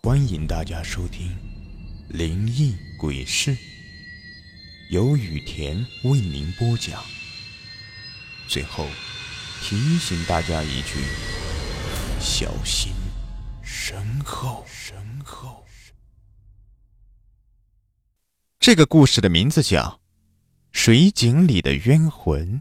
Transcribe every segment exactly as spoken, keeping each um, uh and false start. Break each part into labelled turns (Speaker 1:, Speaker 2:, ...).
Speaker 1: 欢迎大家收听灵异鬼事，由雨田为您播讲。最后提醒大家一句，小心身后身后。这个故事的名字叫水井里的冤魂。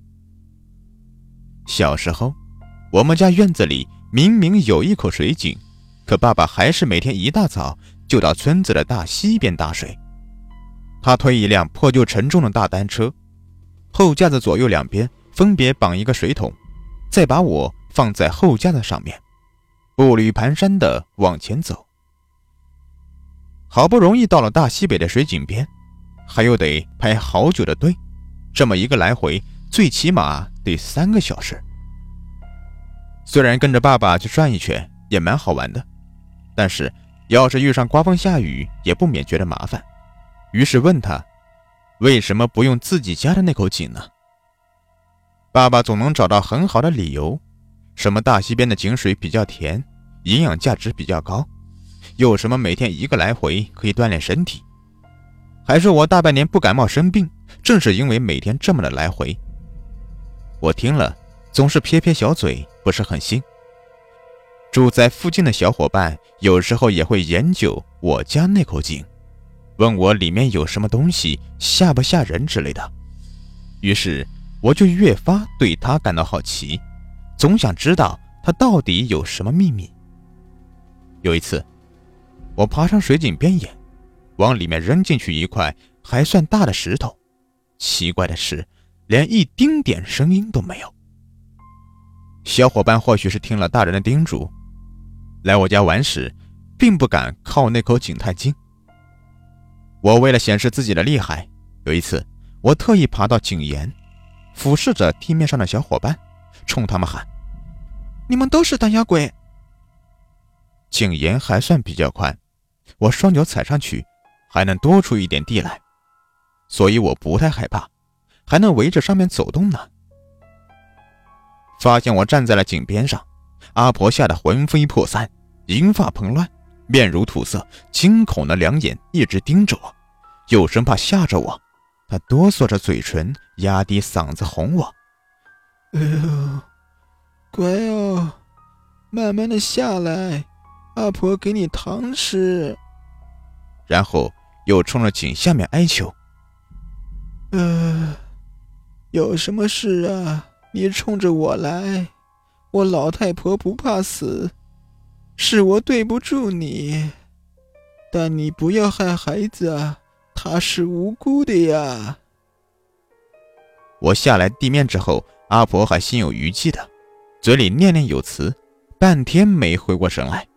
Speaker 1: 小时候，我们家院子里明明有一口水井，可爸爸还是每天一大早就到村子的大溪边打水。他推一辆破旧沉重的大单车，后架子左右两边分别绑一个水桶，再把我放在后架子上面，步履蹒跚地往前走。好不容易到了大西北的水井边，还又得排好久的队，这么一个来回最起码得三个小时。虽然跟着爸爸去转一圈也蛮好玩的，但是要是遇上刮风下雨也不免觉得麻烦。于是问他为什么不用自己家的那口井呢？爸爸总能找到很好的理由，什么大溪边的井水比较甜，营养价值比较高，又什么每天一个来回可以锻炼身体，还说我大半年不感冒生病正是因为每天这么的来回。我听了总是撇撇小嘴，不是很信。住在附近的小伙伴有时候也会研究我家那口井，问我里面有什么东西吓不吓人之类的。于是我就越发对他感到好奇，总想知道他到底有什么秘密。有一次，我爬上水井边沿，往里面扔进去一块还算大的石头，奇怪的是连一丁点声音都没有。小伙伴或许是听了大人的叮嘱，来我家玩时并不敢靠那口井太近。我为了显示自己的厉害，有一次我特意爬到井沿，俯视着地面上的小伙伴，冲他们喊：你们都是胆小鬼。井沿还算比较宽，我双脚踩上去还能多出一点地来，所以我不太害怕，还能围着上面走动呢。发现我站在了井边上，阿婆吓得魂飞魄散，银发蓬乱，面如土色，惊恐的两眼一直盯着我，又生怕吓着我，她哆嗦着嘴唇，压低嗓子哄我：哎呦，乖哦，慢慢的下来，阿婆给你糖吃。然后又冲着井下面哀求：呃，有什么事啊？你冲着我来，我老太婆不怕死，是我对不住你，但你不要害孩子啊，他是无辜的呀。我下来地面之后，阿婆还心有余悸的，嘴里念念有词，半天没回过神来。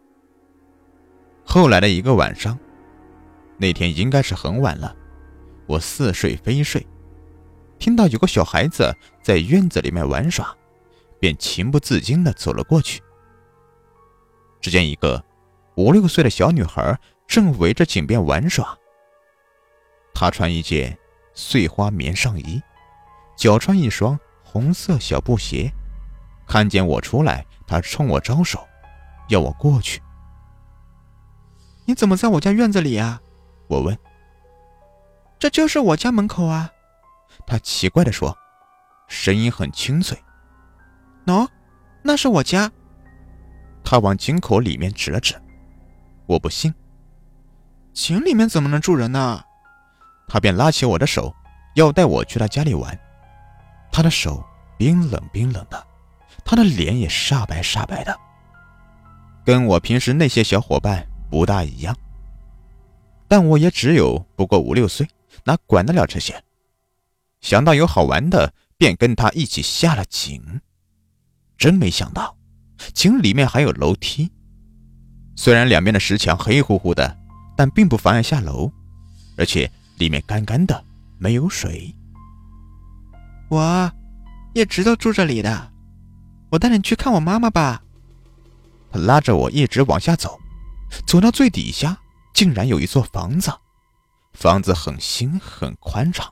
Speaker 1: 后来的一个晚上，那天应该是很晚了，我似睡非睡，听到有个小孩子在院子里面玩耍，便情不自禁地走了过去。只见一个五六岁的小女孩正围着井边玩耍，她穿一件碎花棉上衣，脚穿一双红色小布鞋。看见我出来，她冲我招手，要我过去。你怎么在我家院子里啊？我问。这就是我家门口啊，她奇怪地说，声音很清脆。喏，那是我家。她往井口里面指了指。我不信。井里面怎么能住人呢？她便拉起我的手，要带我去她家里玩。她的手冰冷冰冷的，她的脸也煞白煞白的，跟我平时那些小伙伴不大一样。但我也只有不过五六岁，哪管得了这些？想到有好玩的，便跟他一起下了井。真没想到，井里面还有楼梯。虽然两边的石墙黑乎乎的，但并不妨碍下楼，而且里面干干的，没有水。我也知道住这里的，我带你去看我妈妈吧。他拉着我一直往下走，走到最底下，竟然有一座房子，房子很新很宽敞。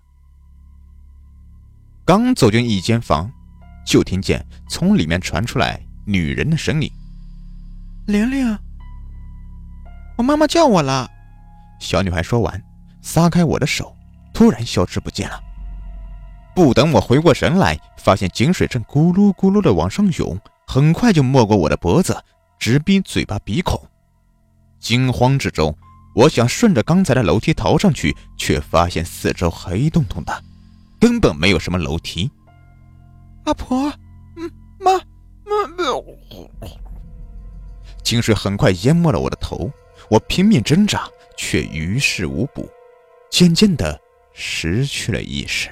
Speaker 1: 刚走进一间房，就听见从里面传出来女人的声音：玲玲。
Speaker 2: 我妈妈叫我了。
Speaker 1: 小女孩说完，撒开我的手，突然消失不见了。不等我回过神来，发现井水正咕噜咕噜地往上涌，很快就没过我的脖子，直逼嘴巴鼻孔。惊慌之中，我想顺着刚才的楼梯逃上去，却发现四周黑洞洞的，根本没有什么楼梯。
Speaker 2: 阿婆，嗯，妈，妈，
Speaker 1: 井水很快淹没了我的头，我拼命挣扎，却于事无补，渐渐地失去了意识。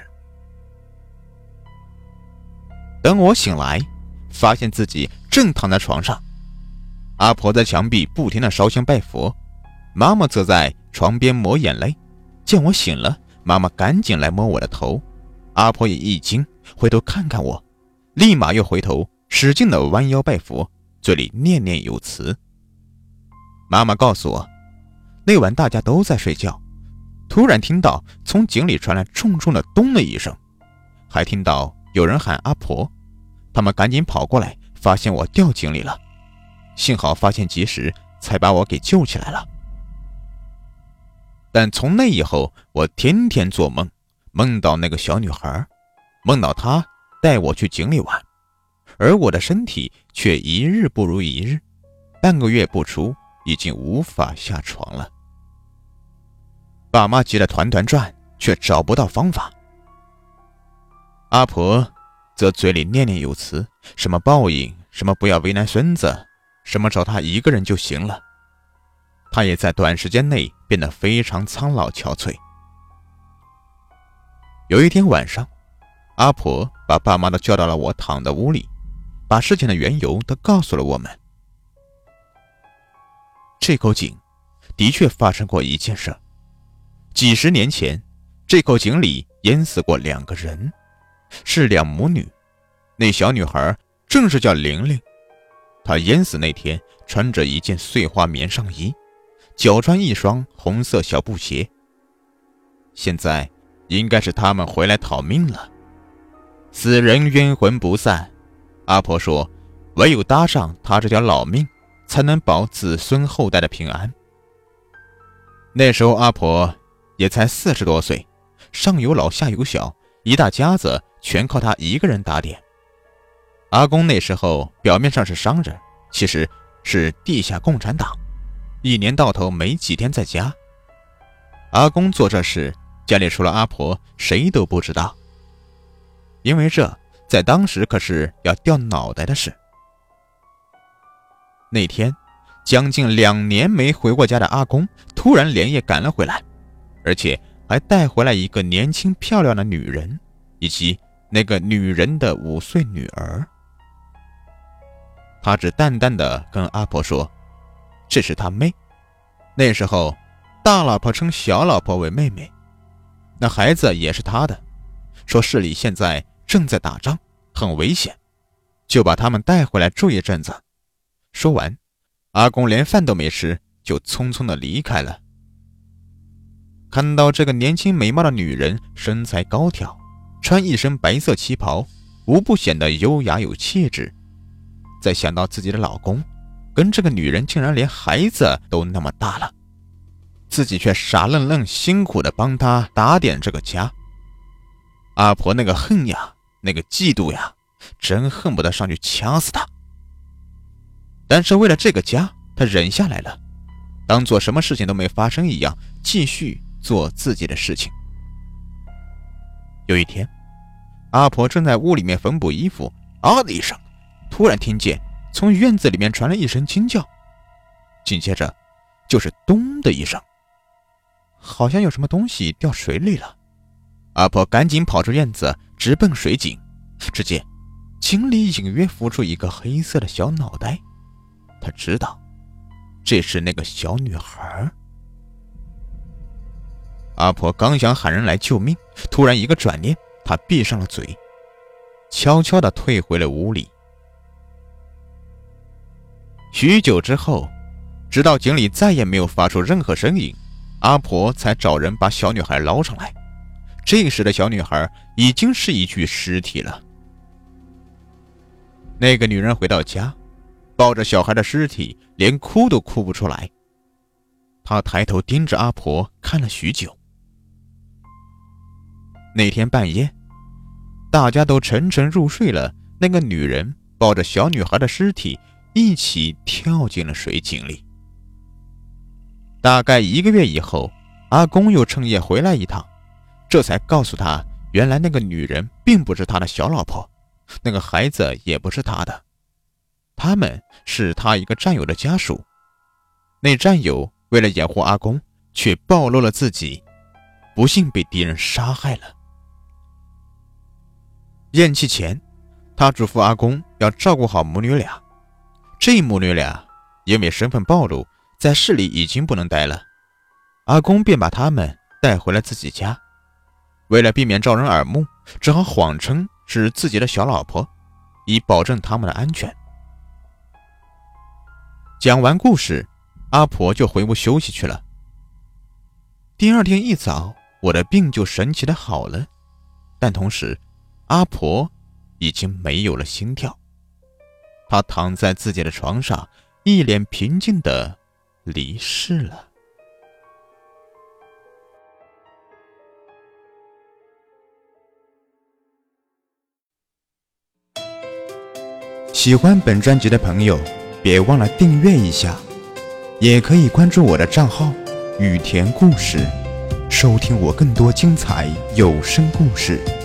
Speaker 1: 等我醒来，发现自己正躺在床上，阿婆在墙壁不停地烧香拜佛，妈妈则在床边抹眼泪。见我醒了，妈妈赶紧来摸我的头，阿婆也一惊，回头看看我，立马又回头使劲地弯腰拜佛，嘴里念念有词。妈妈告诉我，那晚大家都在睡觉，突然听到从井里传来重重的咚的一声，还听到有人喊阿婆，他们赶紧跑过来，发现我掉井里了，幸好发现及时，才把我给救起来了。但从那以后，我天天做梦，梦到那个小女孩，梦到她带我去井里玩，而我的身体却一日不如一日，半个月不出，已经无法下床了。爸妈急得团团转，却找不到方法。阿婆则嘴里念念有词，什么报应，什么不要为难孙子，什么找他一个人就行了。他也在短时间内变得非常苍老憔悴。有一天晚上，阿婆把爸妈都叫到了我躺的屋里，把事情的缘由都告诉了我们。这口井的确发生过一件事，几十年前，这口井里淹死过两个人，是两母女。那小女孩正是叫玲玲，她淹死那天穿着一件碎花棉上衣，脚穿一双红色小布鞋。现在应该是他们回来讨命了。死人冤魂不散，阿婆说，唯有搭上她这条老命，才能保子孙后代的平安。那时候阿婆也才四十多岁，上有老下有小，一大家子全靠她一个人打点。阿公那时候表面上是商人，其实是地下共产党，一年到头没几天在家。阿公做这事，家里除了阿婆谁都不知道，因为这在当时可是要掉脑袋的事。那天将近两年没回过家的阿公突然连夜赶了回来，而且还带回来一个年轻漂亮的女人，以及那个女人的五岁女儿。他只淡淡的跟阿婆说，这是他妹。那时候大老婆称小老婆为妹妹，那孩子也是他的，说市里现在正在打仗，很危险，就把他们带回来住一阵子。说完，阿公连饭都没吃，就匆匆的离开了。看到这个年轻美貌的女人，身材高挑，穿一身白色旗袍，无不显得优雅有气质。再想到自己的老公跟这个女人竟然连孩子都那么大了，自己却傻愣愣辛苦的帮她打点这个家，阿婆那个恨呀，那个嫉妒呀，真恨不得上去掐死她。但是为了这个家，她忍下来了，当做什么事情都没发生一样，继续做自己的事情。有一天，阿婆正在屋里面缝补衣服，啊的一声，突然听见从院子里面传来一声惊叫，紧接着就是咚的一声，好像有什么东西掉水里了。阿婆赶紧跑出院子，直奔水井，只见井里隐约浮出一个黑色的小脑袋，她知道这是那个小女孩。阿婆刚想喊人来救命，突然一个转念，她闭上了嘴，悄悄地退回了屋里。许久之后，直到井里再也没有发出任何声音，阿婆才找人把小女孩捞上来。这时的小女孩已经是一具尸体了。那个女人回到家，抱着小孩的尸体，连哭都哭不出来。 他抬头盯着阿婆看了许久。那天半夜，大家都沉沉入睡了，那个女人抱着小女孩的尸体一起跳进了水井里。大概一个月以后，阿公又趁夜回来一趟，这才告诉他，原来那个女人并不是他的小老婆，那个孩子也不是他的，他们是他一个战友的家属。那战友为了掩护阿公，却暴露了自己，不幸被敌人杀害了。咽气前，他嘱咐阿公要照顾好母女俩。这母女俩因为身份暴露，在市里已经不能待了，阿公便把他们带回了自己家。为了避免招人耳目，只好谎称是自己的小老婆，以保证他们的安全。讲完故事，阿婆就回屋休息去了。第二天一早，我的病就神奇的好了，但同时阿婆已经没有了心跳。她躺在自己的床上，一脸平静地离世了。喜欢本专辑的朋友，别忘了订阅一下，也可以关注我的账号雨田故事，收听我更多精彩有声故事。